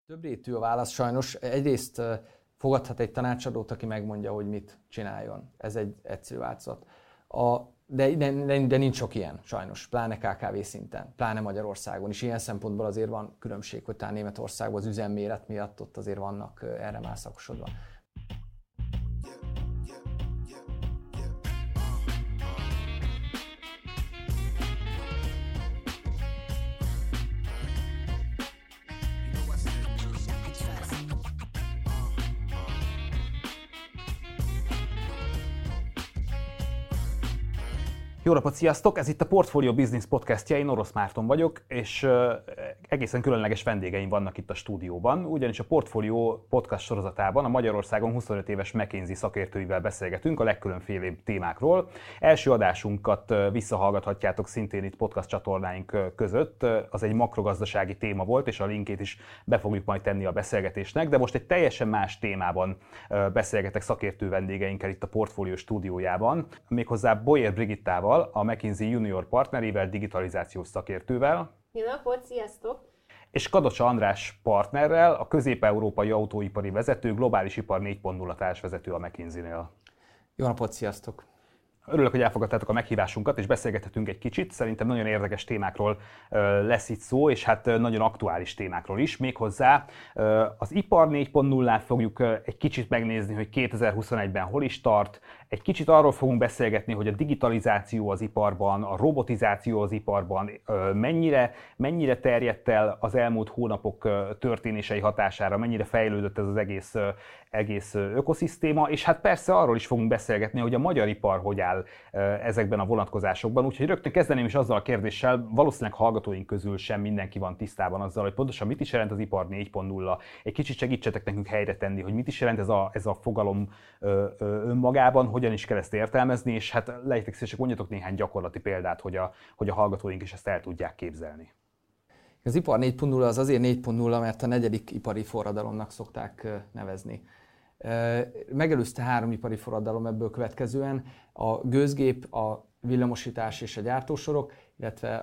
Több rétű a válasz sajnos. Egyrészt fogadhat egy tanácsadót, aki megmondja, hogy mit csináljon. Ez egy egyszerű változat. De nincs sok ilyen sajnos, pláne KKV szinten, pláne Magyarországon is. Ilyen szempontból azért van különbség, hogy talán Németországban az üzemméret miatt ott azért vannak erre már szakosodva. Jó napot, sziasztok! Ez itt a Portfolio Business podcastja, én Orosz Márton vagyok, és egészen különleges vendégeim vannak itt a stúdióban, ugyanis a Portfolio podcast sorozatában a Magyarországon 25 éves McKinsey szakértőivel beszélgetünk a legkülönfélébb témákról. Első adásunkat visszahallgathatjátok szintén itt podcast csatornáink között, az egy makrogazdasági téma volt, és a linkét is be fogjuk majd tenni a beszélgetésnek, de most egy teljesen más témában beszélgetek szakértő vendégeinkkel itt a Portfolio stúdiójában, méghozzá Boyer Brigittával, a McKinsey junior partnerével, digitalizációs szakértővel. Jó napot, sziasztok! És Kadocsa András partnerrel, a közép-európai autóipari vezető, globális ipar 4.0 társvezető a McKinsey-nél. Jó napot, sziasztok! Örülök, hogy elfogadtátok a meghívásunkat, és beszélgethetünk egy kicsit. Szerintem nagyon érdekes témákról lesz itt szó, és hát nagyon aktuális témákról is. Méghozzá az ipar 4.0-át fogjuk egy kicsit megnézni, hogy 2021-ben hol is tart. Egy kicsit arról fogunk beszélgetni, hogy a digitalizáció az iparban, a robotizáció az iparban mennyire terjedt el az elmúlt hónapok történései hatására, mennyire fejlődött ez az egész ökoszisztéma, és hát persze arról is fogunk beszélgetni, hogy a magyar ipar hogy áll ezekben a vonatkozásokban. Úgyhogy rögtön kezdeném is azzal a kérdéssel, valószínűleg hallgatóink közül sem mindenki van tisztában azzal, hogy pontosan mit is jelent az ipar 4.0. Egy kicsit segítsetek nekünk helyre tenni, hogy mit is jelent ez a fogalom önmagában, hogyan is kell ezt értelmezni, és hát legyetek szívesek, mondjatok néhány gyakorlati példát, hogy a hallgatóink is ezt el tudják képzelni. Az ipar 4.0 az azért 4.0, mert a negyedik ipari forradalomnak szokták nevezni. Megelőzte 3 ipari forradalom ebből következően, a gőzgép, a villamosítás és a gyártósorok, illetve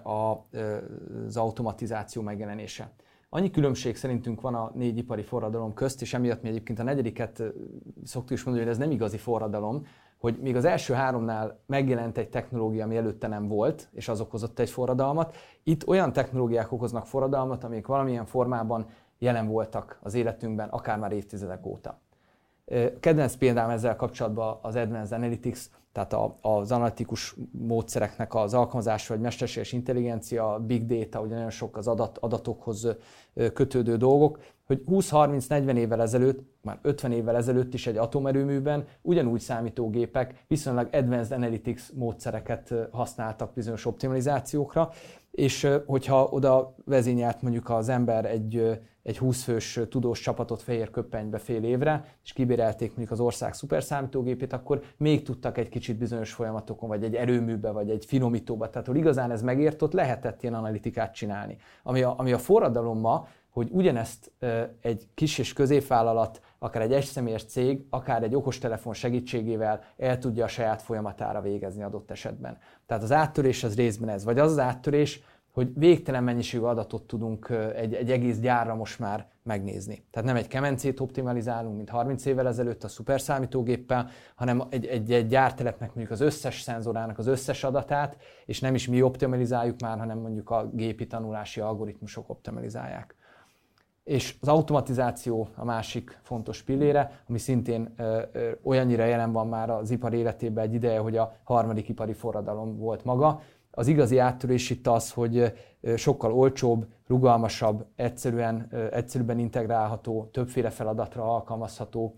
az automatizáció megjelenése. Annyi különbség szerintünk van a 4 ipari forradalom közt, és emiatt mi egyébként a negyediket szoktuk is mondani, hogy ez nem igazi forradalom, hogy még az első 3-nál megjelent egy technológia, ami előtte nem volt, és az okozott egy forradalmat. Itt olyan technológiák okoznak forradalmat, amik valamilyen formában jelen voltak az életünkben, akár már évtizedek óta. Kedvenc példám ezzel kapcsolatban az Advanced Analytics, tehát az analitikus módszereknek az alkalmazása, vagy mesterséges intelligencia, big data, ugye nagyon sok az adatokhoz kötődő dolgok, hogy 20-30-40 évvel ezelőtt, már 50 évvel ezelőtt is egy atomerőműben ugyanúgy számítógépek viszonylag Advanced Analytics módszereket használtak bizonyos optimalizációkra, és hogyha oda vezényelt mondjuk az ember egy 20 fős tudós csapatot fehér köppenybe fél évre, és kibérelték mondjuk az ország szuperszámítógépét, akkor még tudtak egy kicsit bizonyos folyamatokon, vagy egy erőműbe, vagy egy finomítóba. Tehát, hogy igazán ez megért, ott lehetett ilyen analitikát csinálni. Ami a forradalom ma, hogy ugyanezt egy kis és középvállalat, akár egy egyszemélyes cég, akár egy okostelefon segítségével el tudja a saját folyamatára végezni adott esetben. Tehát az áttörés az részben ez, vagy az áttörés, hogy végtelen mennyiségű adatot tudunk egy egész gyárra most már megnézni. Tehát nem egy kemencét optimalizálunk, mint 30 évvel ezelőtt a szuperszámítógéppel, hanem egy gyártelepnek mondjuk az összes szenzorának az összes adatát, és nem is mi optimalizáljuk már, hanem mondjuk a gépi tanulási algoritmusok optimalizálják. És az automatizáció a másik fontos pillére, ami szintén olyannyira jelen van már az ipar életében egy ideje, hogy a harmadik ipari forradalom volt maga. Az igazi áttörés itt az, hogy sokkal olcsóbb, rugalmasabb, egyszerűbben integrálható, többféle feladatra alkalmazható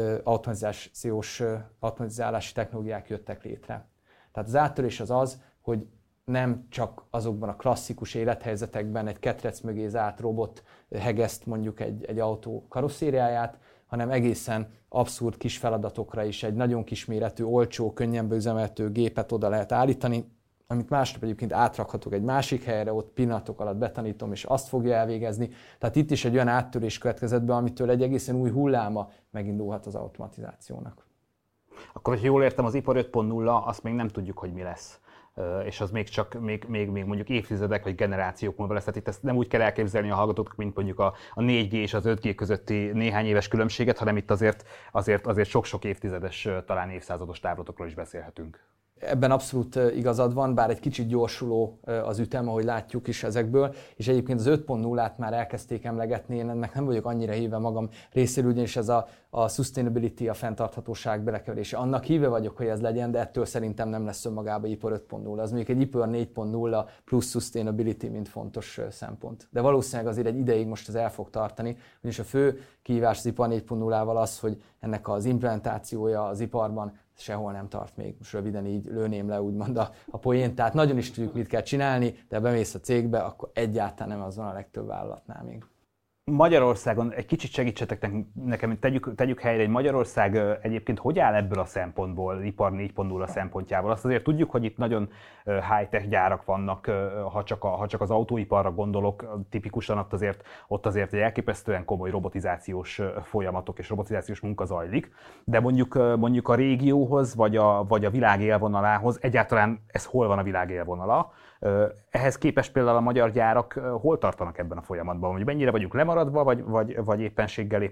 automatizálási technológiák jöttek létre. Tehát az áttörés az, hogy nem csak azokban a klasszikus élethelyzetekben egy ketrec mögé zárt robot hegeszt mondjuk egy autó karosszériáját, hanem egészen abszurd kis feladatokra is egy nagyon kisméretű, olcsó, könnyen beüzemelhető gépet oda lehet állítani, amit másnap egyébként átrakhatok egy másik helyre, ott pillanatok alatt betanítom, és azt fogja elvégezni. Tehát itt is egy olyan áttörés következett be, amitől egy egészen új hulláma megindulhat az automatizációnak. Akkor, hogyha jól értem, az ipar 5.0, azt még nem tudjuk, hogy mi lesz. és az még mondjuk évtizedek vagy generációk múlva lesz. Tehát itt ezt nem úgy kell elképzelni a hallgatók, mint mondjuk a 4G és az 5G közötti néhány éves különbséget, hanem itt azért sok-sok évtizedes, talán évszázados távlatokról is beszélhetünk. Ebben abszolút igazad van, bár egy kicsit gyorsuló az ütem, ahogy látjuk is ezekből, és egyébként az 5.0-át már elkezdték emlegetni, én ennek nem vagyok annyira híve magam részéről, ugyanis ez a sustainability, a fenntarthatóság belekeverése. Annak híve vagyok, hogy ez legyen, de ettől szerintem nem lesz önmagában ipar 5.0. Az mondjuk egy ipar 4.0 plusz sustainability, mint fontos szempont. De valószínűleg azért egy ideig most ez el fog tartani, ugyanis a fő kihívás az ipar 4.0-ával az, hogy ennek az implementációja az iparban sehol nem tart még. Most röviden így lőném le úgymond a poént. Tehát nagyon is tudjuk, mit kell csinálni, de bemész a cégbe, akkor egyáltalán nem az van a legtöbb vállalatnál még. Magyarországon egy kicsit segítsetek nekem, tegyük helyre, egy Magyarország egyébként hogy áll ebből a szempontból, ipar 4.0 szempontjából? Azt azért tudjuk, hogy itt nagyon high-tech gyárak vannak, ha csak az autóiparra gondolok, tipikusan ott azért egy elképesztően komoly robotizációs folyamatok és robotizációs munka zajlik, de mondjuk a régióhoz vagy a világ élvonalához, egyáltalán ez hol van a világ élvonala? Ehhez képest például a magyar gyárak hol tartanak ebben a folyamatban? Hogy mennyire vagyunk lemaradva, vagy éppenséggel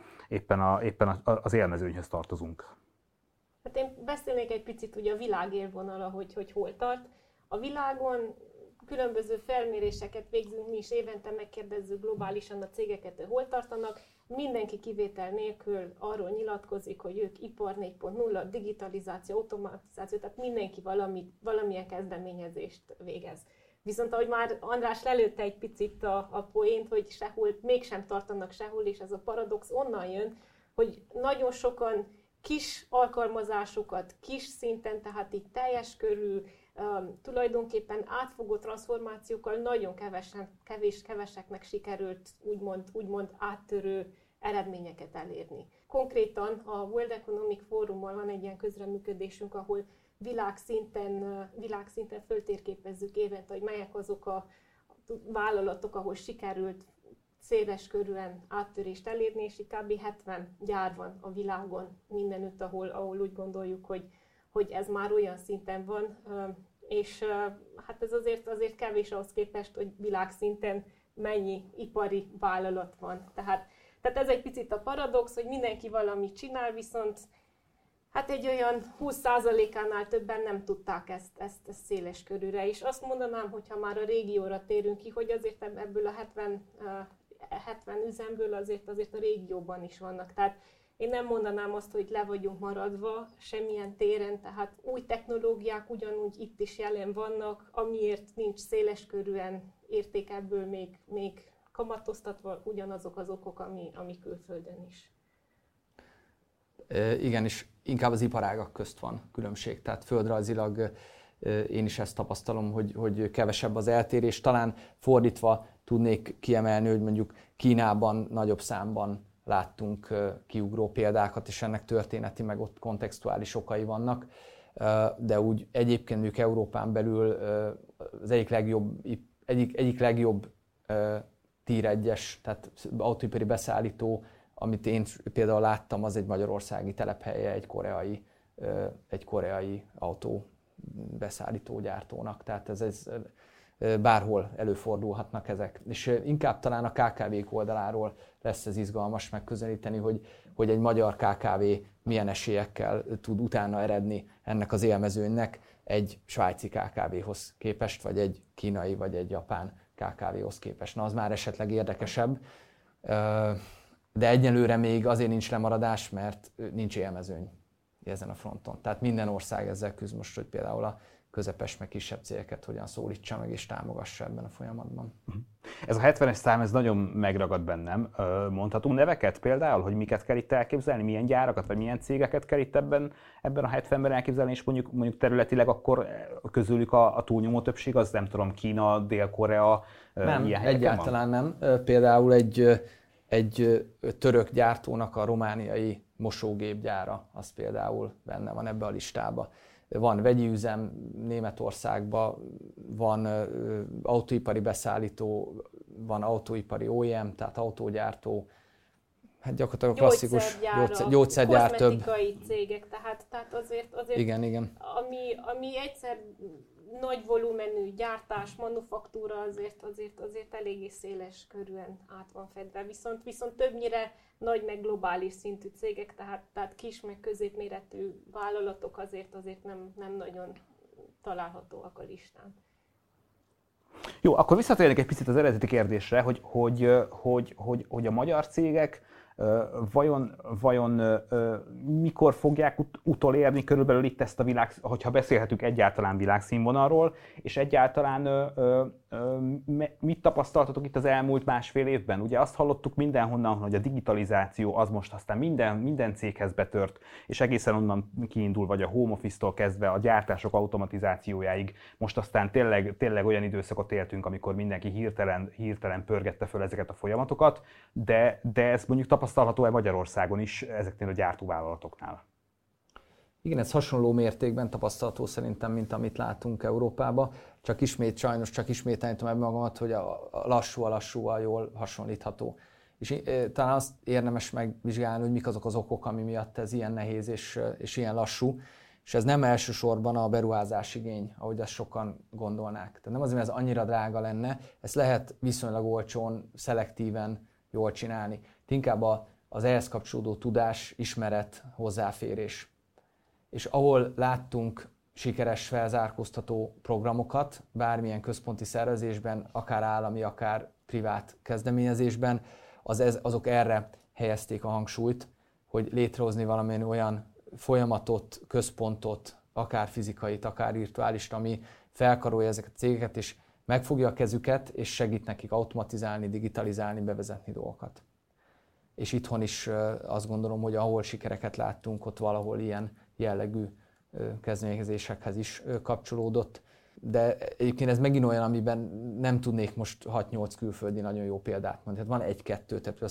éppen az élmezőnyhöz tartozunk? Hát én beszélnék egy picit ugye a világ élvonala, hogy hol tart. A világon különböző felméréseket végzünk, mi is évente megkérdezzük globálisan a cégeket, hogy hol tartanak. Mindenki kivétel nélkül arról nyilatkozik, hogy ők ipar 4.0, digitalizáció, automatizáció, tehát mindenki valamilyen kezdeményezést végez. Viszont ahogy már András lelőtte egy picit a poént, hogy sehol, mégsem tartanak sehol, és ez a paradox onnan jön, hogy nagyon sokan kis alkalmazásokat, kis szinten, tehát így teljes körű, tulajdonképpen átfogó transformációkkal nagyon keveseknek sikerült úgymond áttörő eredményeket elérni. Konkrétan a World Economic Forummal van egy ilyen közreműködésünk, ahol világszinten föltérképezzük évente, hogy melyek azok a vállalatok, ahol sikerült széles körűen áttörést elérni, és kb. 70 gyár van a világon mindenütt, ahol úgy gondoljuk, hogy ez már olyan szinten van, és hát ez azért kevés ahhoz képest, hogy világszinten mennyi ipari vállalat van. Tehát ez egy picit a paradox, hogy mindenki valamit csinál, viszont hát egy olyan 20%-ánál többen nem tudták ezt széles körűre. És azt mondanám, hogyha már a régióra térünk ki, hogy azért ebből a 70 üzemből azért a régióban is vannak. Tehát én nem mondanám azt, hogy le vagyunk maradva semmilyen téren, tehát új technológiák ugyanúgy itt is jelen vannak, amiért nincs széleskörűen érték ebből még kamatoztatva ugyanazok az okok, ami külföldön is. Igen, és inkább az iparágak közt van különbség, tehát földrajzilag én is ezt tapasztalom, hogy kevesebb az eltérés. Talán fordítva tudnék kiemelni, hogy mondjuk Kínában nagyobb számban láttunk kiugró példákat, és ennek történeti, meg ott kontextuális okai vannak, de úgy egyébként mondjuk Európán belül az egyik legjobb Tier 1-es, tehát autóipari beszállító, amit én például láttam, az egy magyarországi telephelye egy koreai autó beszállító gyártónak, tehát ez bárhol előfordulhatnak ezek. És inkább talán a KKV-k oldaláról lesz ez izgalmas megközelíteni, hogy egy magyar KKV milyen esélyekkel tud utána eredni ennek az élmezőnynek egy svájci KKV-hoz képest, vagy egy kínai, vagy egy japán KKV-hoz képest. Na, az már esetleg érdekesebb, de egyelőre még azért nincs lemaradás, mert nincs élmezőny ezen a fronton. Tehát minden ország ezzel küzd most, hogy például a közepes, meg kisebb cégeket hogyan szólítsa meg és támogassa ebben a folyamatban. Ez a 70-es szám, ez nagyon megragad bennem. Mondhatunk neveket például, hogy miket kell itt elképzelni, milyen gyárakat, vagy milyen cégeket kell itt ebben a 70-ben elképzelni, és mondjuk területileg akkor közülük a túlnyomó többség, az nem tudom, Kína, Dél-Korea, nem, ilyen helyeken egyáltalán van? Nem. Például egy török gyártónak a romániai mosógépgyára, az például benne van ebbe a listába. Van vegyi üzem Németországban, van autóipari beszállító, van autóipari OEM, tehát autógyártó, Hát gyakorlatilag a klasszikus gyógyszergyár, kozmetikai cégek, tehát azért igen. Ami egyszer nagy volumenű gyártás, manufaktúra azért eléggé széles körűen át van fedve, viszont többnyire nagy meg globális szintű cégek, tehát kis meg középméretű vállalatok azért nem nagyon találhatóak a listán. Jó, akkor visszatérnék egy picit az eredeti kérdésre, hogy a magyar cégek vajon mikor fogják utolérni körülbelül itt ezt a hogyha beszélhetünk egyáltalán világszínvonalról, és egyáltalán mit tapasztaltatok itt az elmúlt másfél évben? Ugye azt hallottuk mindenhonnan, hogy a digitalizáció az most aztán minden céghez betört, és egészen onnan kiindul, vagy a home office-tól kezdve a gyártások automatizációjáig, most aztán tényleg olyan időszakot éltünk, amikor mindenki hirtelen pörgette föl ezeket a folyamatokat, de ez mondjuk tapasztalható-e Magyarországon is ezeknél a gyártóvállalatoknál? Igen, ez hasonló mértékben tapasztalható szerintem, mint amit látunk Európában. Sajnos csak ismételni ebben magamat, hogy a lassúval jól hasonlítható. És talán azt érdemes megvizsgálni, hogy mik azok az okok, ami miatt ez ilyen nehéz és ilyen lassú. És ez nem elsősorban a beruházásigény, ahogy azt sokan gondolnák. Tehát nem azért, mert ez annyira drága lenne, ezt lehet viszonylag olcsón, szelektíven jól csinálni. Inkább az ehhez kapcsolódó tudás, ismeret, hozzáférés. És ahol láttunk sikeres felzárkóztató programokat, bármilyen központi szervezésben, akár állami, akár privát kezdeményezésben, azok erre helyezték a hangsúlyt, hogy létrehozni valamilyen olyan folyamatot, központot, akár fizikait, akár virtuálist, ami felkarolja ezeket a cégeket, és megfogja a kezüket, és segít nekik automatizálni, digitalizálni, bevezetni dolgokat. És itthon is azt gondolom, hogy ahol sikereket láttunk, ott valahol ilyen jellegű kezdeményezésekhez is kapcsolódott. De egyébként ez megint olyan, amiben nem tudnék most 6-8 külföldi nagyon jó példát mondani. Tehát van egy-kettő, tehát a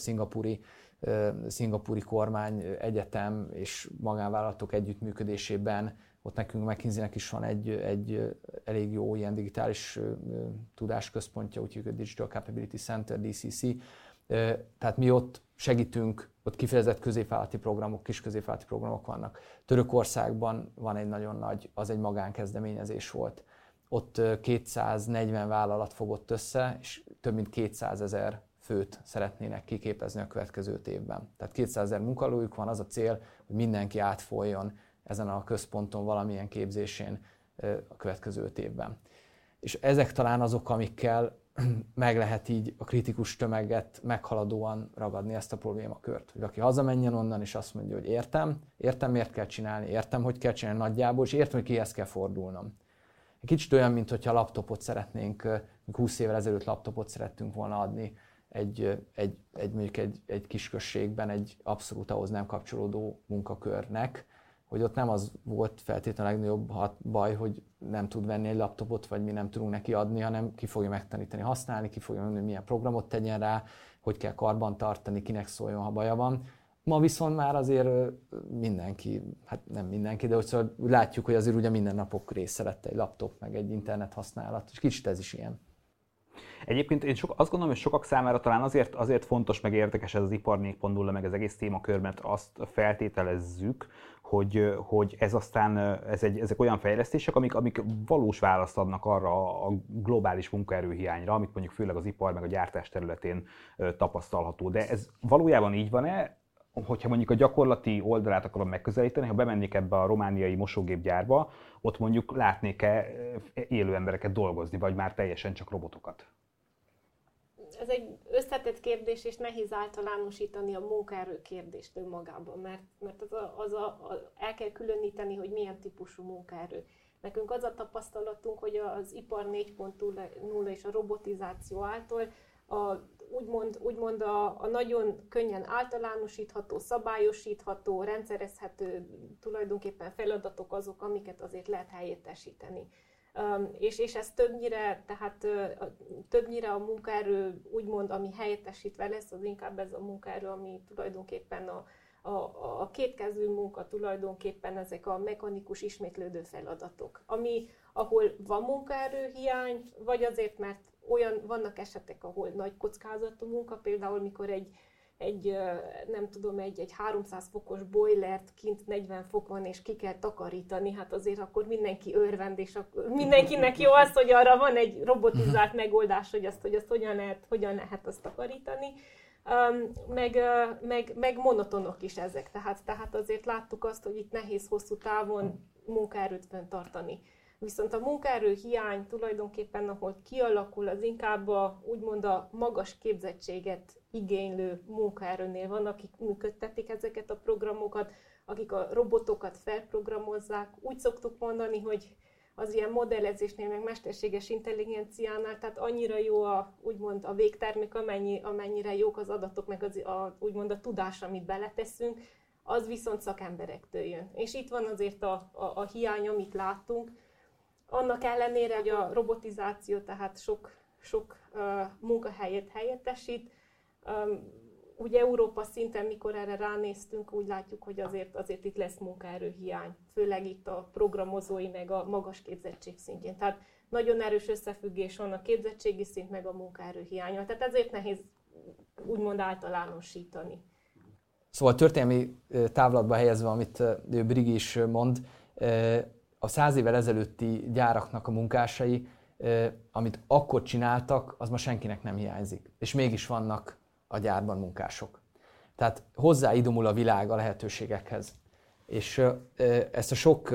szingapúri kormány, egyetem és magánvállalatok együttműködésében, ott nekünk McKinsey-nek is van egy elég jó ilyen digitális tudásközpontja, úgyhogy a Digital Capability Center, DCC. Tehát mi ott segítünk, ott kifejezett középvállalati programok, kis középvállalati programok vannak. Törökországban van egy nagyon nagy, az egy magánkezdeményezés volt. Ott 240 vállalat fogott össze, és több mint 200 000 főt szeretnének kiképezni a következő 5 évben. Tehát 200 000 munkahelyük van, az a cél, hogy mindenki átfoljon ezen a központon valamilyen képzésén a következő 5 évben. És ezek talán azok, amikkel meg lehet így a kritikus tömeget meghaladóan ragadni ezt a problémakört. Hogy aki hazamenjen onnan, és azt mondja, hogy értem miért kell csinálni, értem, hogy kell csinálni nagyjából, és értem, hogy kihez kell fordulnom. Egy kicsit olyan, mint hogyha laptopot szeretnénk, 20 évvel ezelőtt laptopot szerettünk volna adni mondjuk egy kisközségben, egy abszolút ahhoz nem kapcsolódó munkakörnek, hogy ott nem az volt feltétlenül a legnagyobb baj, hogy nem tud venni egy laptopot, vagy mi nem tudunk neki adni, hanem ki fogja megtanítani használni, ki fogja mondani, milyen programot tegyen rá, hogy kell karban tartani, kinek szóljon, ha baja van. Ma viszont már azért mindenki, hát nem mindenki, de szóval látjuk, hogy azért ugye mindennapok része lett egy laptop, meg egy internet használat, és kicsit ez is ilyen. Egyébként én azt gondolom, hogy sokak számára talán azért fontos, meg érdekes ez az ipar 4.0, meg az egész témakör, mert azt feltételezzük, hogy ez aztán ezek olyan fejlesztések, amik valós választ adnak arra a globális munkaerőhiányra, amit mondjuk főleg az ipar meg a gyártás területén tapasztalható. De ez valójában így van-e? Hogyha mondjuk a gyakorlati oldalát akarom megközelíteni, ha bemennék ebbe a romániai mosógépgyárba, ott mondjuk látnék-e élő embereket dolgozni, vagy már teljesen csak robotokat? Ez egy összetett kérdés, és nehéz általánosítani a munkaerő kérdést önmagában, mert el kell különíteni, hogy milyen típusú munkaerő. Nekünk az a tapasztalatunk, hogy az ipar 4.0 és a robotizáció által úgymond a nagyon könnyen általánosítható, szabályosítható, rendszerezhető tulajdonképpen feladatok azok, amiket azért lehet helyettesíteni. És ez többnyire a munkaerő, úgymond, ami helyettesítve lesz, az inkább ez a munkaerő, ami tulajdonképpen a kétkezű munka, tulajdonképpen ezek a mechanikus ismétlődő feladatok, ahol van munkaerőhiány, vagy azért, mert vannak esetek, ahol nagy kockázatú munka, például mikor nem tudom, egy 300 fokos boilert kint 40 fok van, és ki kell takarítani, hát azért akkor mindenki örvend, és akkor mindenkinek jó az, hogy arra van egy robotizált megoldás, hogy azt hogyan lehet azt takarítani. Meg monotonok is ezek, tehát azért láttuk azt, hogy itt nehéz hosszú távon munkaerőt fenntartani. Viszont a munkaerő hiány tulajdonképpen, ahol kialakul, az inkább úgymond a magas képzettséget igénylő munkaerőnél van, akik működtetik ezeket a programokat, akik a robotokat felprogramozzák. Úgy szoktuk mondani, hogy az ilyen modellezésnél, meg mesterséges intelligenciánál, tehát annyira jó úgymond a végtermék, amennyire jók az adatok, meg úgymond a tudás, amit beleteszünk, az viszont szakemberektől jön. És itt van azért a hiány, amit látunk. Annak ellenére, hogy a robotizáció tehát sok munkahelyet helyettesít, ugye Európa szinten, mikor erre ránéztünk, úgy látjuk, hogy azért itt lesz munkaerőhiány, főleg itt a programozói meg a magas képzettség szintjén. Tehát nagyon erős összefüggés van a képzettségi szint meg a munkaerőhiánya. Tehát ezért nehéz úgymond általánosítani. Szóval történelmi távlatba helyezve, amit Brigi is mond, a 100 évvel ezelőtti gyáraknak a munkásai, amit akkor csináltak, az ma senkinek nem hiányzik. És mégis vannak a gyárban munkások. Tehát hozzáidomul a világ a lehetőségekhez. És ezt a sok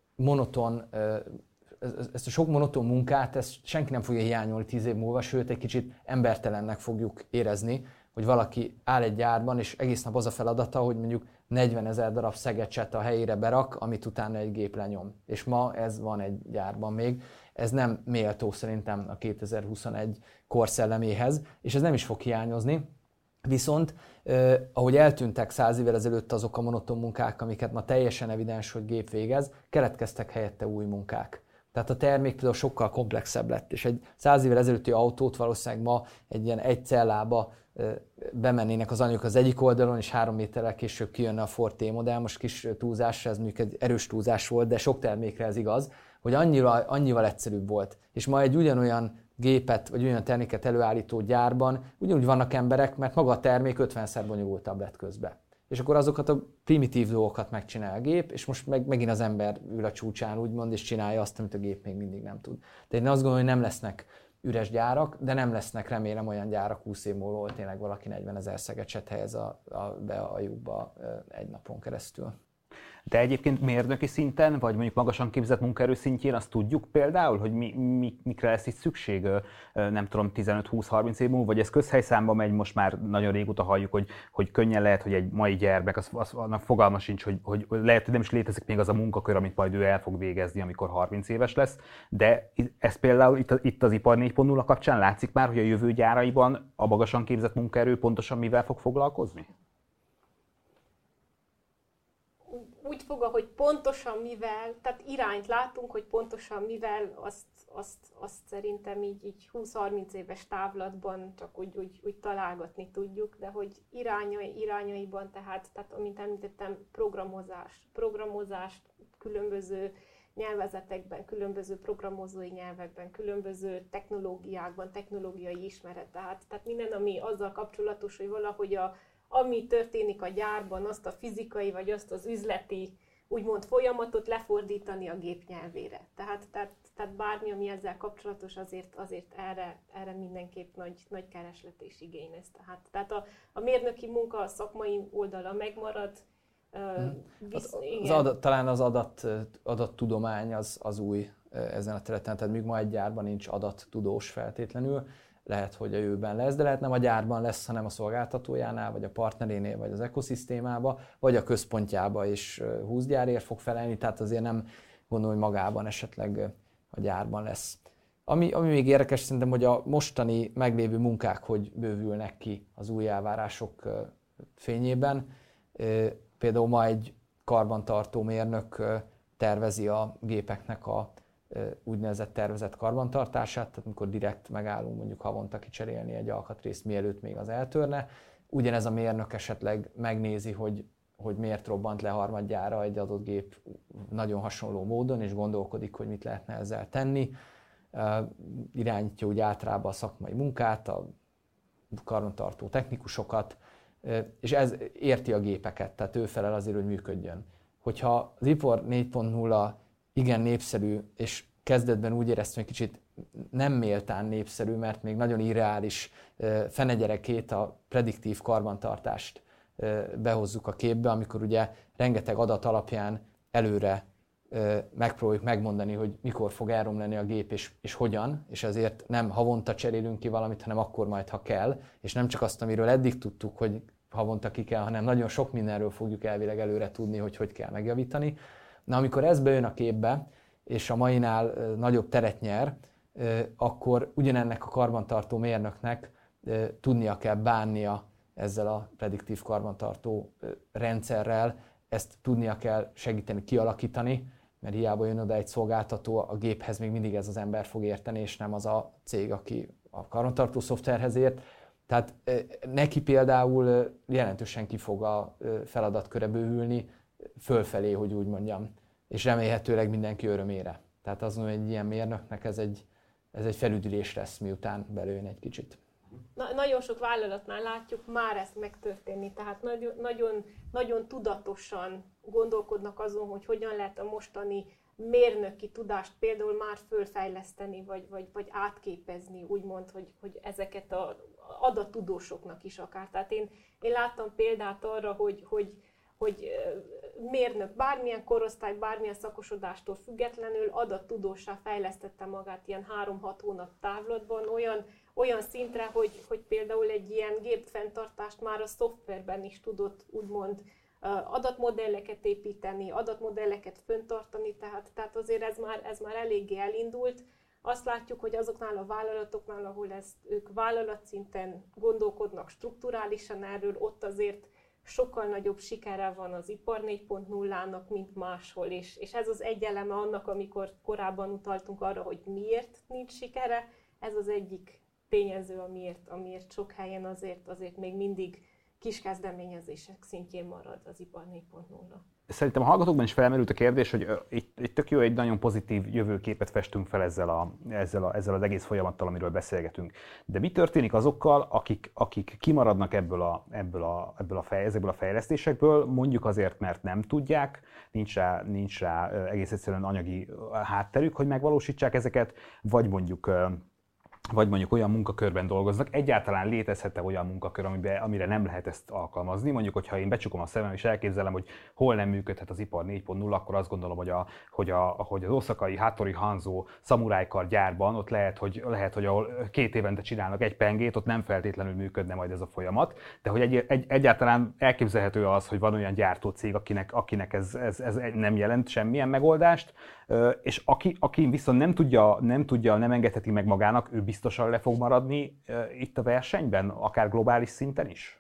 monoton munkát, ezt senki nem fogja hiányolni 10 év múlva, sőt egy kicsit embertelennek fogjuk érezni, hogy valaki áll egy gyárban, és egész nap az a feladata, hogy mondjuk 40 000 darab szegecset a helyére berak, amit utána egy gép lenyom. És ma ez van egy gyárban még. Ez nem méltó szerintem a 2021 korszelleméhez, és ez nem is fog hiányozni. Viszont, ahogy eltűntek 100 évvel ezelőtt azok a monoton munkák, amiket ma teljesen evidens, hogy gép végez, keletkeztek helyette új munkák. Tehát a termék például sokkal komplexebb lett, és egy 100 évvel ezelőtti autót valószínűleg ma egy ilyen egy cellába bemennének az anyagok az egyik oldalon, és 3 méterrel később kijönne a Ford T-modell. Most kis túlzás, ez mondjuk egy erős túlzás volt, de sok termékre ez igaz, hogy annyival egyszerűbb volt. És ma egy ugyanolyan gépet, vagy olyan terméket előállító gyárban ugyanúgy vannak emberek, mert maga a termék 50-szer bonyolultabb lett közben. És akkor azokat a primitív dolgokat megcsinál a gép, és most megint az ember ül a csúcsán, úgymond, és csinálja azt, amit a gép még mindig nem tud. Tehát én azt gondolom, hogy nem lesznek üres gyárak, de nem lesznek, remélem, olyan gyárak 20 év múlva, hogy tényleg valaki 40 000 szegecset helyez be a lyukba egy napon keresztül. De egyébként mérnöki szinten, vagy mondjuk magasan képzett munkaerő szintjén azt tudjuk például, hogy mikre lesz itt szükség, nem tudom, 15-20-30 év múlva, vagy ez közhelyszámba megy, most már nagyon régóta halljuk, hogy könnyen lehet, hogy egy mai gyermek, annak fogalma sincs, hogy lehet, hogy nem is létezik még az a munkakör, amit majd ő el fog végezni, amikor 30 éves lesz, de ez például itt az ipar 4.0 kapcsán látszik már, hogy a jövő gyáraiban a magasan képzett munkaerő pontosan mivel fog foglalkozni? Úgy fog, hogy pontosan mivel, tehát irányt látunk, hogy pontosan mivel, azt szerintem így 20-30 éves távlatban csak úgy találgatni tudjuk, de hogy irányaiban, tehát amint említettem, programozást különböző nyelvezetekben, különböző programozói nyelvekben, különböző technológiákban, technológiai ismeret, tehát minden, ami azzal kapcsolatos, hogy valahogy ami történik a gyárban, azt a fizikai vagy azt az üzleti úgymond folyamatot lefordítani a gép nyelvére. Tehát bármi, ami ezzel kapcsolatos, azért erre mindenképp nagy kereslet és igény lesz. Tehát a mérnöki munka, a szakmai oldala megmarad. Talán az adattudomány az új ezen a területen, tehát míg ma egy gyárban nincs adattudós feltétlenül, lehet, hogy a jövőben lesz, de lehet nem a gyárban lesz, hanem a szolgáltatójánál, vagy a partnerénél, vagy az ökoszisztémába, vagy a központjába is 20 gyárért fog felelni, tehát azért nem gondolom, hogy magában esetleg a gyárban lesz. Ami még érdekes szerintem, hogy a mostani meglévő munkák hogy bővülnek ki az új elvárások fényében. Például ma egy karbantartó mérnök tervezi a gépeknek a úgynevezett tervezett karbantartását, tehát amikor direkt megállunk mondjuk havonta kicserélni egy alkatrészt, mielőtt még az eltörne. Ugyanez a mérnök esetleg megnézi, hogy miért robbant le harmadjára egy adott gép nagyon hasonló módon, és gondolkodik, hogy mit lehetne ezzel tenni. Irányítja úgy általában a szakmai munkát, a karbantartó technikusokat, és ez érti a gépeket, tehát ő felel azért, hogy működjön. Hogyha az ipar 4.0 igen népszerű, és kezdetben úgy éreztem, hogy kicsit nem méltán népszerű, mert még nagyon irreális fenegyerekét, a prediktív karbantartást behozzuk a képbe, amikor ugye rengeteg adat alapján előre megpróbáljuk megmondani, hogy mikor fog elromlani a gép és hogyan, és ezért nem havonta cserélünk ki valamit, hanem akkor majd, ha kell, és nem csak azt, amiről eddig tudtuk, hogy havonta ki kell, hanem nagyon sok mindenről fogjuk elvileg előre tudni, hogy kell megjavítani. Na, amikor ez bejön a képbe, és a mainál nagyobb teret nyer, akkor ugyanennek a karbantartó mérnöknek tudnia kell bánnia ezzel a prediktív karbantartó rendszerrel, ezt tudnia kell segíteni, kialakítani, mert hiába jön oda egy szolgáltató, a géphez még mindig ez az ember fog érteni, és nem az a cég, aki a karbantartó szoftverhez ért. Tehát neki például jelentősen ki fog a feladatköre bővülni, fölfelé, hogy úgy mondjam, és remélhetőleg mindenki örömére. Tehát azt mondom, hogy egy ilyen mérnöknek ez egy felüdülés lesz, miután belőjön egy kicsit. Nagyon sok vállalatnál látjuk már ezt megtörténni, tehát nagyon tudatosan gondolkodnak azon, hogy hogyan lehet a mostani mérnöki tudást például már fölfejleszteni, vagy átképezni, úgymond, hogy ezeket az adattudósoknak is akár. Tehát én láttam példát arra, hogy mérnök bármilyen korosztály, bármilyen szakosodástól függetlenül adattudóssá fejlesztette magát ilyen 3-6 hónap távlatban, olyan szintre, hogy például egy ilyen gépfenntartást már a szoftverben is tudott úgymond adatmodelleket építeni, adatmodelleket fenntartani, tehát azért ez már eléggé elindult. Azt látjuk, hogy azoknál a vállalatoknál, ahol ők vállalatszinten gondolkodnak strukturálisan erről, ott azért sokkal nagyobb sikere van az ipar 4.0-nak, mint máshol, és ez az egy eleme annak, amikor korábban utaltunk arra, hogy miért nincs sikere, ez az egyik tényező, amiért sok helyen azért még mindig kis kezdeményezések szintjén marad az ipar 4.0. Szerintem a hallgatókban is felmerült a kérdés, hogy itt tök jó, egy nagyon pozitív jövőképet festünk fel ezzel az egész folyamattal, amiről beszélgetünk. De mi történik azokkal, akik kimaradnak ezekből a fejlesztésekből, mondjuk azért, mert nem tudják, nincs rá egész egyszerűen anyagi hátterük, hogy megvalósítsák ezeket, vagy mondjuk olyan munkakörben dolgoznak. Egyáltalán létezhet-e olyan munkakör, amire nem lehet ezt alkalmazni? Mondjuk, hogyha én becsukom a szemem és elképzelem, hogy hol nem működhet az ipar 4.0, akkor azt gondolom, hogy az oszakai Hattori Hanzo szamurájkar gyárban ott lehet, hogy ahol 2 évente csinálnak egy pengét, ott nem feltétlenül működne majd ez a folyamat. De hogy egyáltalán elképzelhető az, hogy van olyan gyártócég, akinek ez nem jelent semmilyen megoldást, és aki viszont nem engedheti meg magának, ő biztosan le fog maradni itt a versenyben, akár globális szinten is?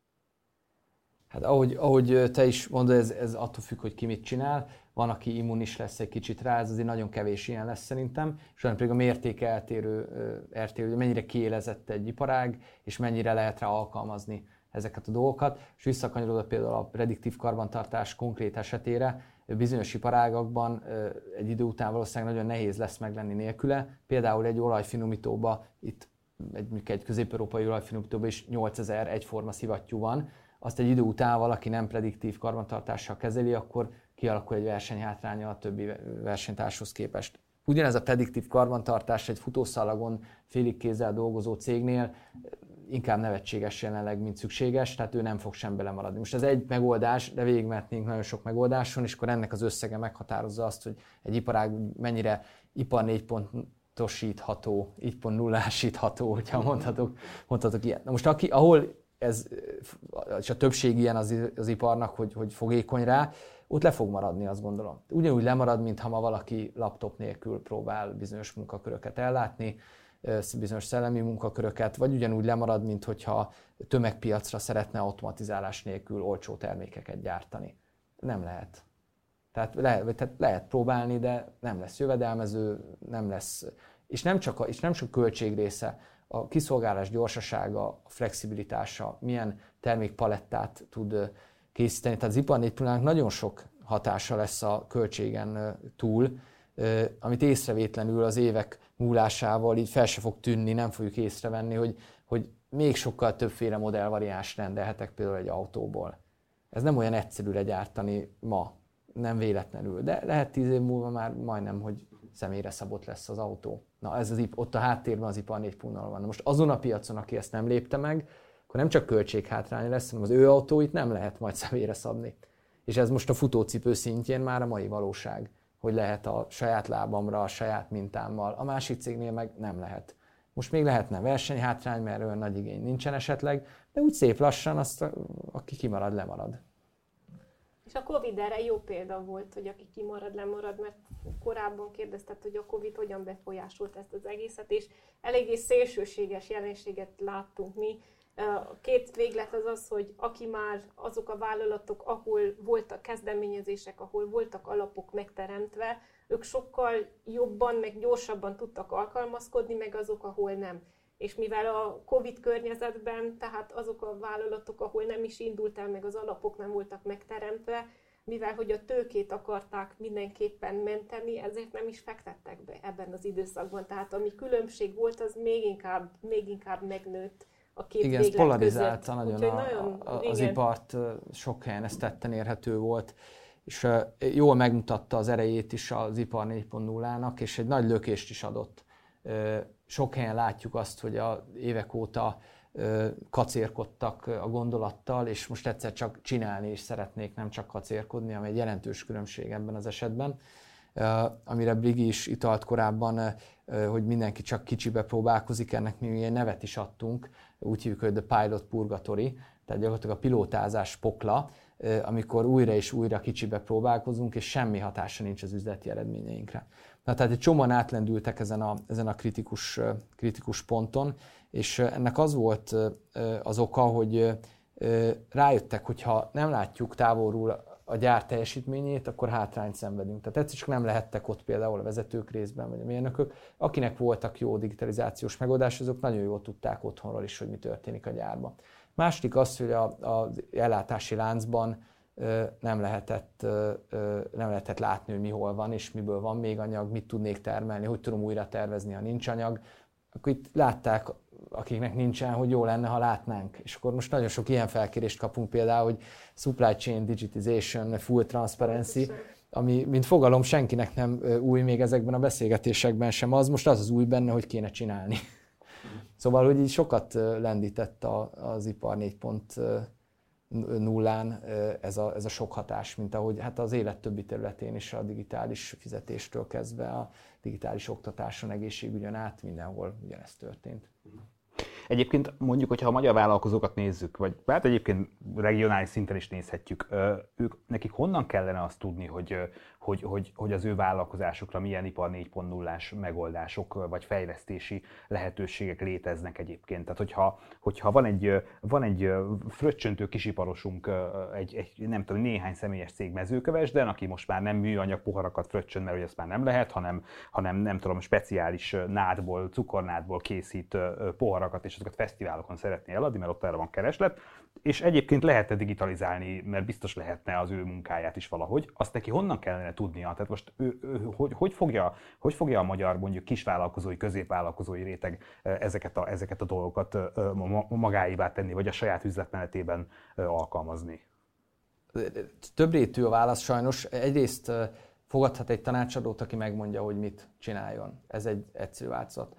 Hát ahogy te is mondod, ez attól függ, hogy ki mit csinál. Van, aki immunis lesz egy kicsit rá, ez azért nagyon kevés ilyen lesz szerintem. És olyan pedig a mérték eltérő, hogy mennyire kiélezett egy iparág, és mennyire lehet rá alkalmazni ezeket a dolgokat. És visszakanyarodva például a prediktív karbantartás konkrét esetére, bizonyos iparágakban egy idő után valószínűleg nagyon nehéz lesz meglenni nélküle. Például egy olajfinomítóban, itt egy közép-európai olajfinomítóban is 8000 egyforma szivattyú van. Azt egy idő után valaki nem prediktív karbantartással kezeli, akkor kialakul egy versenyhátránya a többi versenytárshoz képest. Ugyanez a prediktív karbantartás egy futószalagon félig kézzel dolgozó cégnél inkább nevetséges jelenleg, mint szükséges, tehát ő nem fog sem belemaradni. Most ez egy megoldás, de végigmehetnénk nagyon sok megoldáson, és akkor ennek az összege meghatározza azt, hogy egy iparág mennyire ipar 4.0-osítható, 4.0-ásítható, hogyha mondhatok ilyen. Na most ahol ez, és a többség ilyen az iparnak, hogy fogékony rá, ott le fog maradni, azt gondolom. Ugyanúgy lemarad, mintha ma valaki laptop nélkül próbál bizonyos munkaköröket ellátni, bizonyos szellemi munkaköröket, vagy ugyanúgy lemarad, mint hogyha tömegpiacra szeretne automatizálás nélkül olcsó termékeket gyártani. Nem lehet. Tehát lehet próbálni, de nem lesz jövedelmező, nem lesz. És nem csak a költség része, a kiszolgálás gyorsasága, a flexibilitása, milyen termékpalettát tud készíteni. Tehát az ipar 4.0-nak nagyon sok hatása lesz a költségen túl, amit észrevétlenül az évek múlásával így fel se fog tűnni, nem fogjuk észrevenni, hogy még sokkal többféle modellvariáns rendelhetek például egy autóból. Ez nem olyan egyszerű legyártani ma, nem véletlenül, de lehet 10 év múlva már majdnem, hogy személyre szabott lesz az autó. Na ez ott a háttérben az ipar 4.0 van. Na most azon a piacon, aki ezt nem lépte meg, akkor nem csak költséghátrány lesz, hanem az ő autóit nem lehet majd személyre szabni. És ez most a futócipő szintjén már a mai valóság, hogy lehet a saját lábamra, a saját mintámmal, a másik cégnél meg nem lehet. Most még lehetne versenyhátrány, mert olyan nagy igény nincsen esetleg, de úgy szép lassan azt, aki kimarad, lemarad. És a Covid erre jó példa volt, hogy aki kimarad, lemarad, mert korábban kérdezted, hogy a Covid hogyan befolyásolt ezt az egészet, és eléggé szélsőséges jelenséget láttunk mi. A két véglet az az, hogy aki már azok a vállalatok, ahol voltak kezdeményezések, ahol voltak alapok megteremtve, ők sokkal jobban, meg gyorsabban tudtak alkalmazkodni, meg azok, ahol nem. És mivel a Covid környezetben, tehát azok a vállalatok, ahol nem is indult el, meg az alapok nem voltak megteremtve, mivel hogy a tőkét akarták mindenképpen menteni, ezért nem is fektettek be ebben az időszakban. Tehát ami különbség volt, az még inkább megnőtt a két véglet között. Igen, ez polarizálta nagyon az ipart, sok helyen ez tetten érhető volt, és jól megmutatta az erejét is az ipar 4.0-nak, és egy nagy lökést is adott. Sok helyen látjuk azt, hogy évek óta kacérkodtak a gondolattal, és most egyszer csak csinálni is szeretnék, nem csak kacérkodni, ami egy jelentős különbség ebben az esetben. Amire Brigi is italt korábban, hogy mindenki csak kicsibe próbálkozik, ennek mi egy nevet is adtunk, úgy hívjuk, hogy The Pilot Purgatory, tehát gyakorlatilag a pilótázás pokla, amikor újra és újra kicsibe próbálkozunk, és semmi hatása nincs az üzleti eredményeinkre. Na, tehát egy csomóan átlendültek ezen a kritikus ponton, és ennek az volt az oka, hogy rájöttek, hogy ha nem látjuk távolról a gyár teljesítményét, akkor hátrányt szenvedünk. Tehát egyszer csak nem lehettek ott például a vezetők részben, vagy a mérnökök. Akinek voltak jó digitalizációs megoldások, azok nagyon jól tudták otthonról is, hogy mi történik a gyárban. Második az, hogy az ellátási láncban nem lehetett látni, hogy mi hol van, és miből van még anyag, mit tudnék termelni, hogy tudom újra tervezni, ha nincs anyag. Akkor itt látták, akiknek nincsen, hogy jó lenne, ha látnánk. És akkor most nagyon sok ilyen felkérést kapunk például, hogy supply chain digitization, full transparency, ami mint fogalom senkinek nem új még ezekben a beszélgetésekben sem, az most az új benne, hogy kéne csinálni. Szóval, hogy így sokat lendített az ipar 4.0-án ez a sok hatás, mint ahogy hát az élet többi területén is a digitális fizetéstől kezdve a digitális oktatáson, egészségügyön át mindenhol ugyanezt történt. Egyébként mondjuk, hogyha a magyar vállalkozókat nézzük, vagy hát egyébként regionális szinten is nézhetjük, nekik honnan kellene azt tudni, hogy az ő vállalkozásukra milyen ipar 4.0-ás megoldások vagy fejlesztési lehetőségek léteznek egyébként. Tehát hogyha van egy fröccsöntő kisiparosunk, egy nem tudom, néhány személyes cég Mezőkövesden, aki most már nem műanyag poharakat fröccsön, mert ezt már nem lehet, hanem nem tudom, speciális nádból, cukornádból készít poharakat, és azokat fesztiválokon szeretné eladni, mert ott erre van kereslet, és egyébként lehetne digitalizálni, mert biztos lehetne az ő munkáját is valahogy. Azt neki honnan kellene tudnia? Tehát most hogy fogja a magyar mondjuk kisvállalkozói, középvállalkozói réteg ezeket a dolgokat magáévá tenni, vagy a saját üzletmenetében alkalmazni? Több rétű a válasz sajnos. Egyrészt fogadhat egy tanácsadót, aki megmondja, hogy mit csináljon. Ez egy egyszerű változat.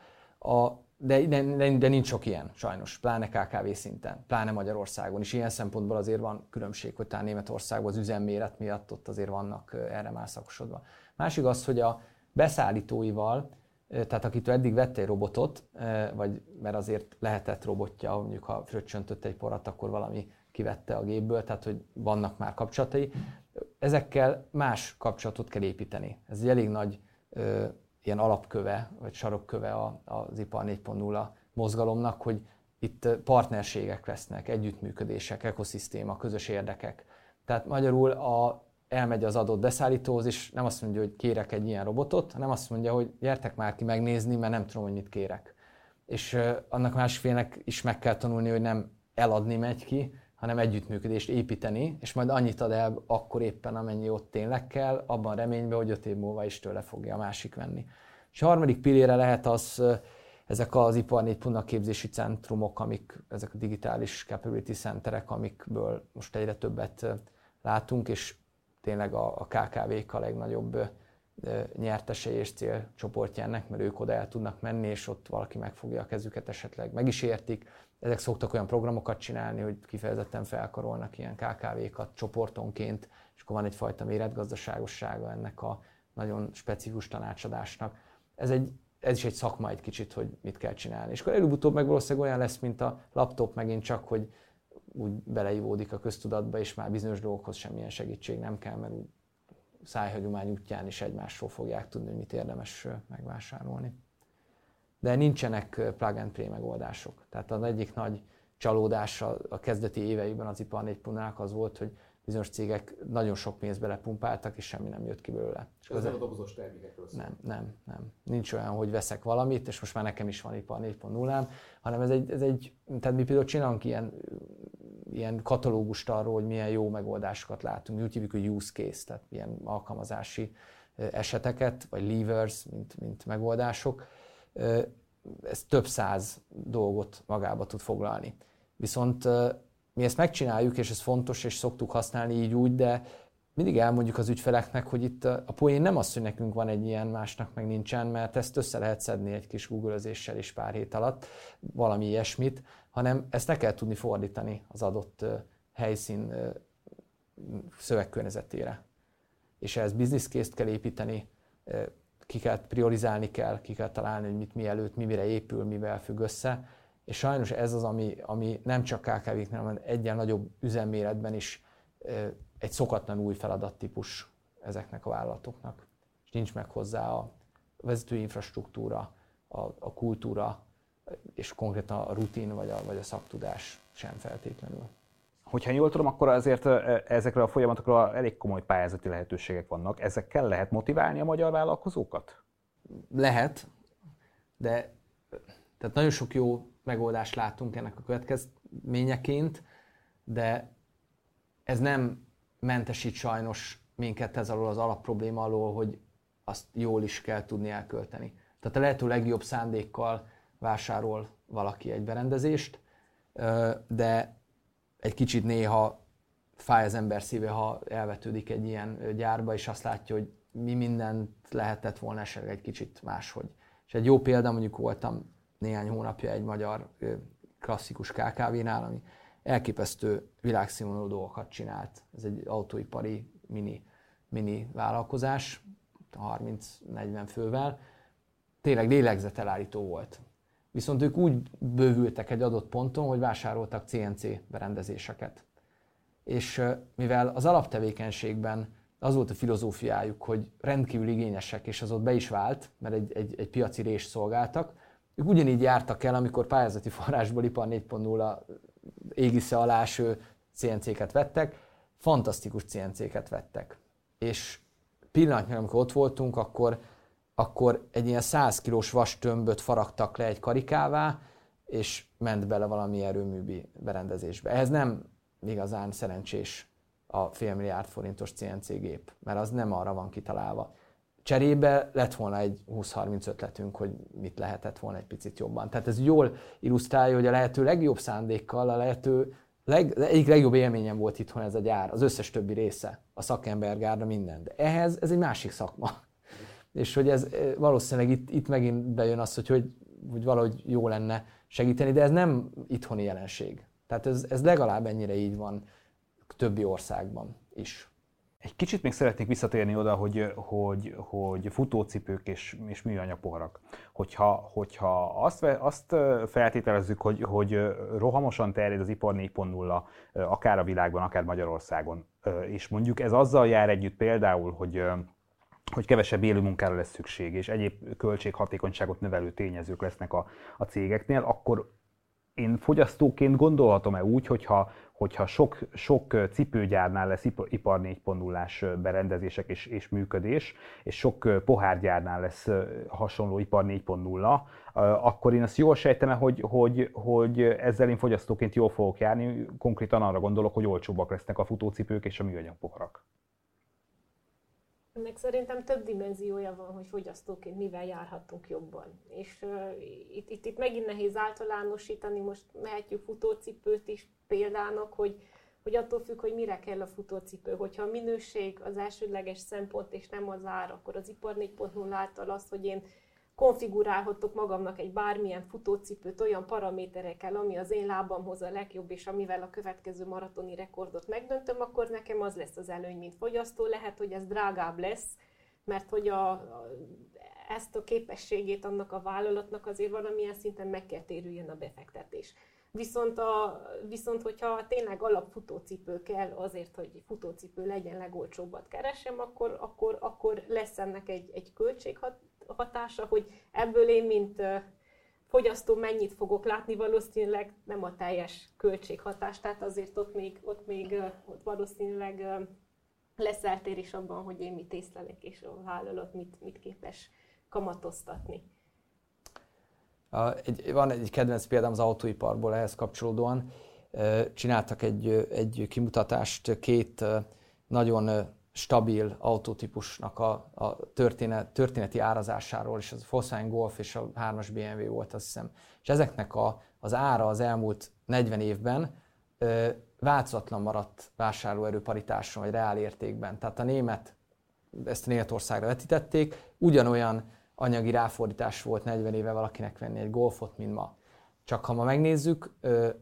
De nincs sok ilyen, sajnos, pláne KKV szinten, pláne Magyarországon is. Ilyen szempontból azért van különbség, hogy talán Németországban az üzemméret miatt ott azért vannak erre már szakosodva. Másik az, hogy a beszállítóival, tehát akitől eddig vette egy robotot, vagy mert azért lehetett robotja, mondjuk ha fröccsöntött egy porat, akkor valami kivette a gépből, tehát hogy vannak már kapcsolatai. Ezekkel más kapcsolatot kell építeni. Ez egy elég nagy ilyen alapköve, vagy sarokköve az ipar 4.0 mozgalomnak, hogy itt partnerségek lesznek, együttműködések, ekoszisztéma, közös érdekek. Tehát magyarul elmegy az adott beszállítóhoz, és nem azt mondja, hogy kérek egy ilyen robotot, hanem azt mondja, hogy gyertek már ki megnézni, mert nem tudom, hogy mit kérek. És annak másik félnek is meg kell tanulni, hogy nem eladni megy ki, hanem együttműködést építeni, és majd annyit ad el akkor éppen, amennyi ott tényleg kell, abban reményben, hogy 5 év múlva is tőle fogja a másik venni. És a harmadik pillére lehet az, ezek az ipar 4.0 képzési centrumok, ezek a digitális capability centerek, amikből most egyre többet látunk, és tényleg a KKV-k a legnagyobb nyertesei és célcsoportja ennek, mert ők oda el tudnak menni, és ott valaki megfogja a kezüket, esetleg meg is értik. Ezek szoktak olyan programokat csinálni, hogy kifejezetten felkarolnak ilyen KKV-kat csoportonként, és akkor van egyfajta méretgazdaságossága ennek a nagyon specifikus tanácsadásnak. Ez is egy szakma egy kicsit, hogy mit kell csinálni. És akkor előbb-utóbb meg valószínűleg olyan lesz, mint a laptop megint csak, hogy úgy beleivódik a köztudatba, és már bizonyos dolgokhoz semmilyen segítség nem kell, mert úgy szájhagyomány útján is egymásról fogják tudni, hogy mit érdemes megvásárolni. De nincsenek plug and play megoldások. Tehát az egyik nagy csalódás a kezdeti éveiben az ipar 4.0-nak az volt, hogy bizonyos cégek nagyon sok pénzt belepumpáltak, és semmi nem jött ki belőle. Ez nem a dobozos termékekről szól. Nem. Nincs olyan, hogy veszek valamit, és most már nekem is van ipar 4.0-ám, hanem tehát mi például csinálunk ilyen katalógust arról, hogy milyen jó megoldásokat látunk. Mi úgy hívjuk, hogy use case, tehát ilyen alkalmazási eseteket, vagy levers, mint megoldások. Ez több száz dolgot magába tud foglalni. Viszont mi ezt megcsináljuk, és ez fontos, és szoktuk használni így úgy, de mindig elmondjuk az ügyfeleknek, hogy itt a poén nem az, hogy nekünk van egy ilyen, másnak meg nincsen, mert ezt össze lehet szedni egy kis Google-özéssel is pár hét alatt, valami ilyesmit, hanem ezt le kell tudni fordítani az adott helyszín szövegkörnyezetére. És ehhez business case-t kell építeni, priorizálni kell, ki kell találni, hogy mit mielőtt, mire épül, mivel függ össze. És sajnos ez az, ami nem csak KKV-knél, hanem egyen nagyobb üzemméretben is egy szokatlan új feladattípus ezeknek a vállalatoknak. És nincs meg hozzá a vezetői infrastruktúra, a kultúra, és konkrétan a rutin vagy a szaktudás sem feltétlenül. Hogyha jól tudom, akkor azért ezekre a folyamatokra elég komoly pályázati lehetőségek vannak. Ezekkel lehet motiválni a magyar vállalkozókat? Lehet, de tehát nagyon sok jó megoldást látunk ennek a következményeként, de ez nem mentesít sajnos minket ez alól az alapprobléma alól, hogy azt jól is kell tudni elkölteni. Tehát a lehető legjobb szándékkal vásárol valaki egy berendezést, de egy kicsit néha fáj az ember szíve, ha elvetődik egy ilyen gyárba, és azt látja, hogy mi mindent lehetett volna esetleg egy kicsit máshogy. És egy jó példa, mondjuk voltam néhány hónapja egy magyar klasszikus KKV-nál, ami elképesztő világszínvonalú dolgokat csinált. Ez egy autóipari mini vállalkozás, 30-40 fővel. Tényleg lélegzetelállító volt. Viszont ők úgy bővültek egy adott ponton, hogy vásároltak CNC berendezéseket. És mivel az alaptevékenységben az volt a filozófiájuk, hogy rendkívül igényesek, és az ott be is vált, mert egy piaci rést szolgáltak, ők ugyanígy jártak el, amikor pályázati forrásból ipar 4.0 égisze alá eső CNC-ket vettek, fantasztikus CNC-ket vettek. És pillanatnyilag, amikor ott voltunk, akkor egy ilyen 100 kilós vastömböt faragtak le egy karikává, és ment bele valami erőművi berendezésbe. Ehhez nem igazán szerencsés a $500 millió CNC gép, mert az nem arra van kitalálva. Cserébe lett volna egy 20-30 ötletünk, hogy mit lehetett volna egy picit jobban. Tehát ez jól illusztrálja, hogy a lehető legjobb szándékkal, a lehető egyik legjobb élményem volt itthon ez a gyár, az összes többi része, a szakembergárda, minden. De ehhez ez egy másik szakma. És hogy ez valószínűleg itt megint bejön az, hogy valahogy jó lenne segíteni, de ez nem itthoni jelenség. Tehát ez legalább ennyire így van többi országban is. Egy kicsit még szeretnék visszatérni oda, hogy futócipők és műanyag poharak. Hogyha azt feltételezzük, hogy rohamosan terjed az ipar 4.0 akár a világban, akár Magyarországon, és mondjuk ez azzal jár együtt például, hogy kevesebb élőmunkára lesz szükség, és egyéb költséghatékonyságot növelő tényezők lesznek a cégeknél, akkor én fogyasztóként gondolhatom-e úgy, hogyha sok cipőgyárnál lesz ipar 4.0-ás berendezések és működés, és sok pohárgyárnál lesz hasonló ipar 4.0, akkor én azt jól sejtem, hogy ezzel én fogyasztóként jól fogok járni, konkrétan arra gondolok, hogy olcsóbbak lesznek a futócipők és a műanyag poharak. Ennek szerintem több dimenziója van, hogy fogyasztóként mivel járhatunk jobban. És itt megint nehéz általánosítani, most mehetjük futócipőt is példának, hogy attól függ, hogy mire kell a futócipő. Hogyha a minőség az elsődleges szempont és nem az ár, akkor az Ipar 4.0 által az, hogy én konfigurálhatok magamnak egy bármilyen futócipőt olyan paraméterekkel, ami az én lábamhoz a legjobb, és amivel a következő maratoni rekordot megdöntöm, akkor nekem az lesz az előny, mint fogyasztó. Lehet, hogy ez drágább lesz, mert hogy ezt a képességét annak a vállalatnak azért valamilyen szinten meg kell térüljön a befektetés. Viszont hogyha tényleg alapfutócipő kell azért, hogy futócipő legyen, legolcsóbbat keresem, akkor lesz ennek egy költséghatása, hogy ebből én, mint fogyasztó mennyit fogok látni, valószínűleg nem a teljes költséghatás, tehát azért ott valószínűleg lesz eltérés abban, hogy én mit észlelek, és a vállalat mit képes kamatoztatni. Van egy kedvenc példám az autóiparból ehhez kapcsolódóan. Csináltak egy kimutatást két nagyon stabil autótípusnak a történeti árazásáról, és az Volkswagen Golf és a 3-as BMW volt, azt hiszem. És ezeknek az ára az elmúlt 40 évben változatlan maradt vásárlóerő paritáson, vagy reál értékben. Tehát ezt a Németországra vetítették, ugyanolyan anyagi ráfordítás volt 40 éve valakinek venni egy Golfot, mint ma. Csak ha ma megnézzük,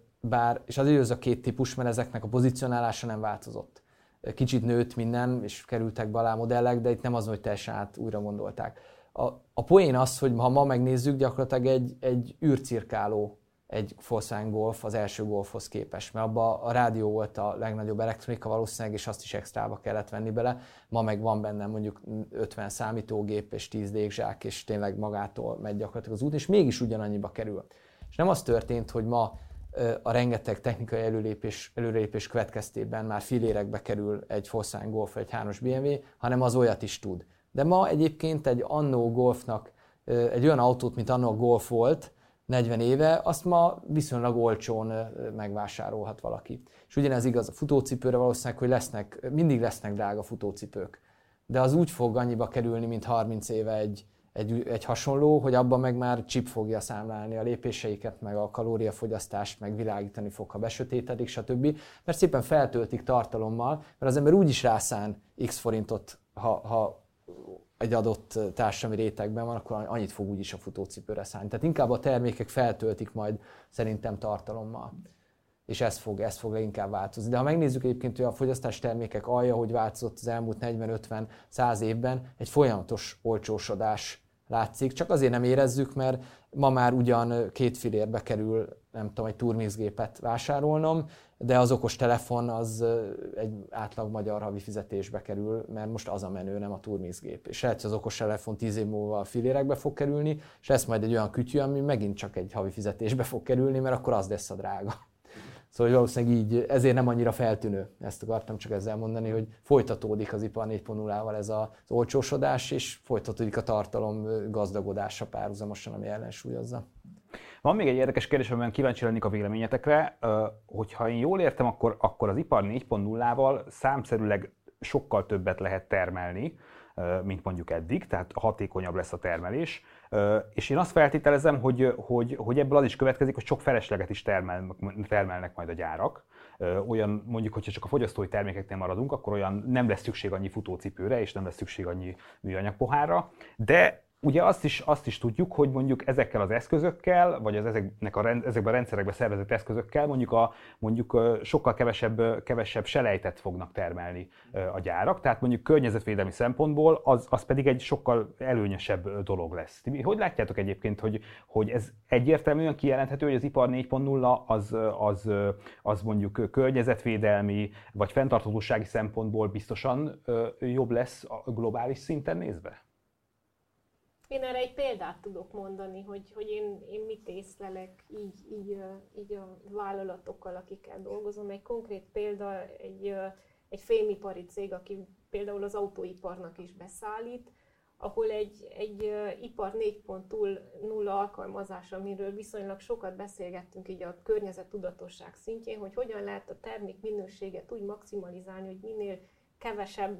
és az a két típus, mert ezeknek a pozicionálása nem változott. Kicsit nőtt minden, és kerültek be alá modellek, de itt nem az, hogy teljesen újra gondolták. A poén az, hogy ha ma megnézzük, gyakorlatilag egy űrcirkáló egy Volkswagen Golf az első Golfhoz képest, mert abban a rádió volt a legnagyobb elektronika valószínűleg, és azt is extrába kellett venni bele. Ma meg van benne mondjuk 50 számítógép és 10 légzsák, és tényleg magától megy gyakorlatilag az út, és mégis ugyanannyiba kerül. És nem az történt, hogy ma a rengeteg technikai előrelépés következtében már fillérekbe kerül egy Volkswagen Golf vagy egy 3-as BMW, hanem az olyat is tud. De ma egyébként egy annó Golfnak, egy olyan autót, mint annó a Golf volt, 40 éve, azt ma viszonylag olcsón megvásárolhat valaki. És ugyanez igaz a futócipőre valószínűleg, hogy mindig lesznek drága futócipők. De az úgy fog annyiba kerülni, mint 30 éve egy hasonló, hogy abban meg már chip fogja számlálni a lépéseiket, meg a kalóriafogyasztást, meg világítani fog, ha besötétedik, stb. Mert szépen feltöltik tartalommal, mert az ember úgy is rászán x forintot, ha egy adott társadalmi rétegben van, akkor annyit fog úgyis a futócipőre szállni. Tehát inkább a termékek feltöltik majd szerintem tartalommal. És ez fog leginkább változni. De ha megnézzük egyébként, hogy a fogyasztás termékek alja, hogy változott az elmúlt 40-50-100 évben, egy folyamatos olcsósodás látszik. Csak azért nem érezzük, mert ma már ugyan 2 fillérbe kerül, nem tudom, egy turmixgépet vásárolnom, de az okos telefon az egy átlag magyar havi fizetésbe kerül, mert most az a menő, nem a turmixgép. És lehet, hogy az okos telefon 10 év múlva a fillérekbe fog kerülni, és lesz majd egy olyan kütyű, ami megint csak egy havi fizetésbe fog kerülni, mert akkor az lesz a drága. Szóval valószínűleg így, ezért nem annyira feltűnő. Ezt akartam csak ezzel mondani, hogy folytatódik az Ipar 4.0-val ez az olcsósodás, és folytatódik a tartalom gazdagodása párhuzamosan, ami ellensúlyozza. Van még egy érdekes kérdés, amiben kíváncsi lennék a véleményetekre. Hogyha én jól értem, akkor az Ipar 4.0-val számszerűleg sokkal többet lehet termelni, mint mondjuk eddig, tehát hatékonyabb lesz a termelés. És én azt feltételezem, hogy ebből az is következik, hogy sok felesleget is termelnek majd a gyárak. Olyan, mondjuk, hogyha csak a fogyasztói termékeknél maradunk, akkor olyan nem lesz szükség annyi futócipőre, és nem lesz szükség annyi műanyag pohárra. De ugye azt is tudjuk, hogy mondjuk ezekkel az eszközökkel, vagy ezekben a rendszerekben szervezett eszközökkel mondjuk sokkal kevesebb selejtet fognak termelni a gyárak, tehát mondjuk környezetvédelmi szempontból az pedig egy sokkal előnyösebb dolog lesz. Hogy látjátok egyébként, hogy ez egyértelműen kijelenthető, hogy az Ipar 4.0 az mondjuk környezetvédelmi vagy fenntarthatósági szempontból biztosan jobb lesz a globális szinten nézve? Én erre egy példát tudok mondani, hogy én mit észlelek így a vállalatokkal, akikkel dolgozom. Egy konkrét példa, egy fémipari cég, aki például az autóiparnak is beszállít, ahol egy Ipar 4.0 alkalmazás, amiről viszonylag sokat beszélgettünk így a környezettudatosság szintjén, hogy hogyan lehet a termék minőséget úgy maximalizálni, hogy minél kevesebb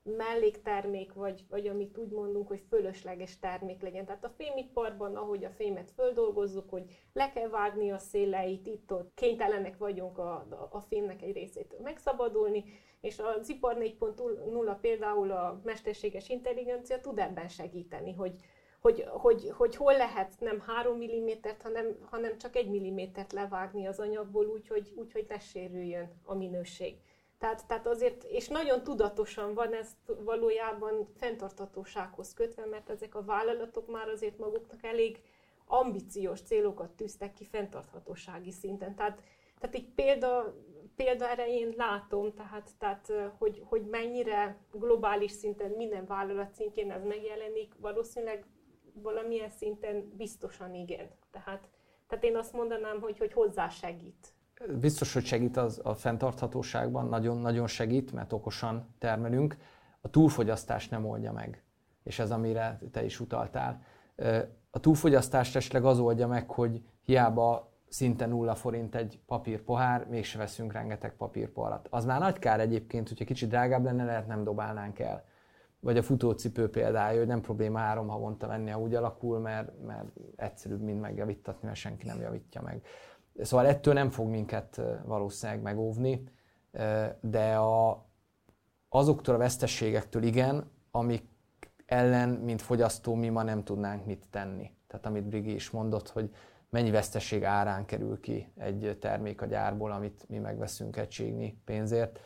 melléktermék, vagy amit úgy mondunk, hogy fölösleges termék legyen. Tehát a fémiparban, ahogy a fémet földolgozzuk, hogy le kell vágni a széleit, itt-ott kénytelenek vagyunk a fémnek egy részétől megszabadulni, és az ipar 4.0 például a mesterséges intelligencia tud ebben segíteni, hogy hol lehet nem 3 mm-t, hanem csak 1 mm-t levágni az anyagból, úgyhogy ne sérüljön a minőség. Tehát azért, és nagyon tudatosan van ez valójában fenntarthatósághoz kötve, mert ezek a vállalatok már azért maguknak elég ambíciós célokat tűztek ki fenntarthatósági szinten. Tehát így példa erején látom, tehát hogy mennyire globális szinten, minden vállalat szintjén ez megjelenik, valószínűleg valamilyen szinten biztosan igen. Tehát én azt mondanám, hogy hozzásegít. Biztos, hogy segít a fenntarthatóságban, nagyon-nagyon segít, mert okosan termelünk. A túlfogyasztás nem oldja meg, és ez amire te is utaltál. A túlfogyasztást esetleg az oldja meg, hogy hiába szinte 0 forint egy papírpohár, mégse veszünk rengeteg papírpoharat. Az már nagy kár egyébként, hogyha kicsit drágább lenne, lehet nem dobálnánk el. Vagy a futócipő példája, hogy nem probléma 3 havonta venni, ha úgy alakul, mert egyszerűbb, mint megjavítatni, mert senki nem javítja meg. Szóval ettől nem fog minket valószínűleg megóvni, de azoktól a veszteségektől igen, amik ellen, mint fogyasztó, mi ma nem tudnánk mit tenni. Tehát amit Brigi is mondott, hogy mennyi veszteség árán kerül ki egy termék a gyárból, amit mi megveszünk egységnyi pénzért,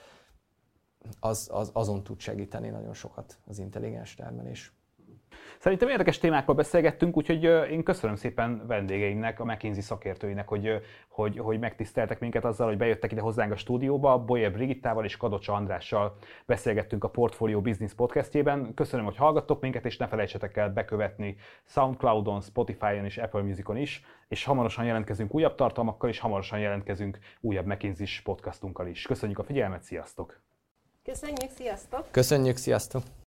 azon tud segíteni nagyon sokat az intelligens termelés. Szerintem érdekes témákról beszélgettünk, úgyhogy én köszönöm szépen vendégeimnek, a McKinsey szakértőinek, hogy megtiszteltek minket azzal, hogy bejöttek ide hozzánk a stúdióba. Bolyai Brigittával és Kadocsa Andrással beszélgettünk a Portfolio Business podcastjében. Köszönöm, hogy hallgattok minket, és ne felejtsetek el bekövetni SoundCloudon, Spotify-on és Apple Musicon is, és hamarosan jelentkezünk újabb tartalmakkal, és hamarosan jelentkezünk újabb McKinsey-s podcastunkkal is. Köszönjük a figyelmet, sziasztok! Köszönjük, sziasztok! Köszönjük, sziasztok!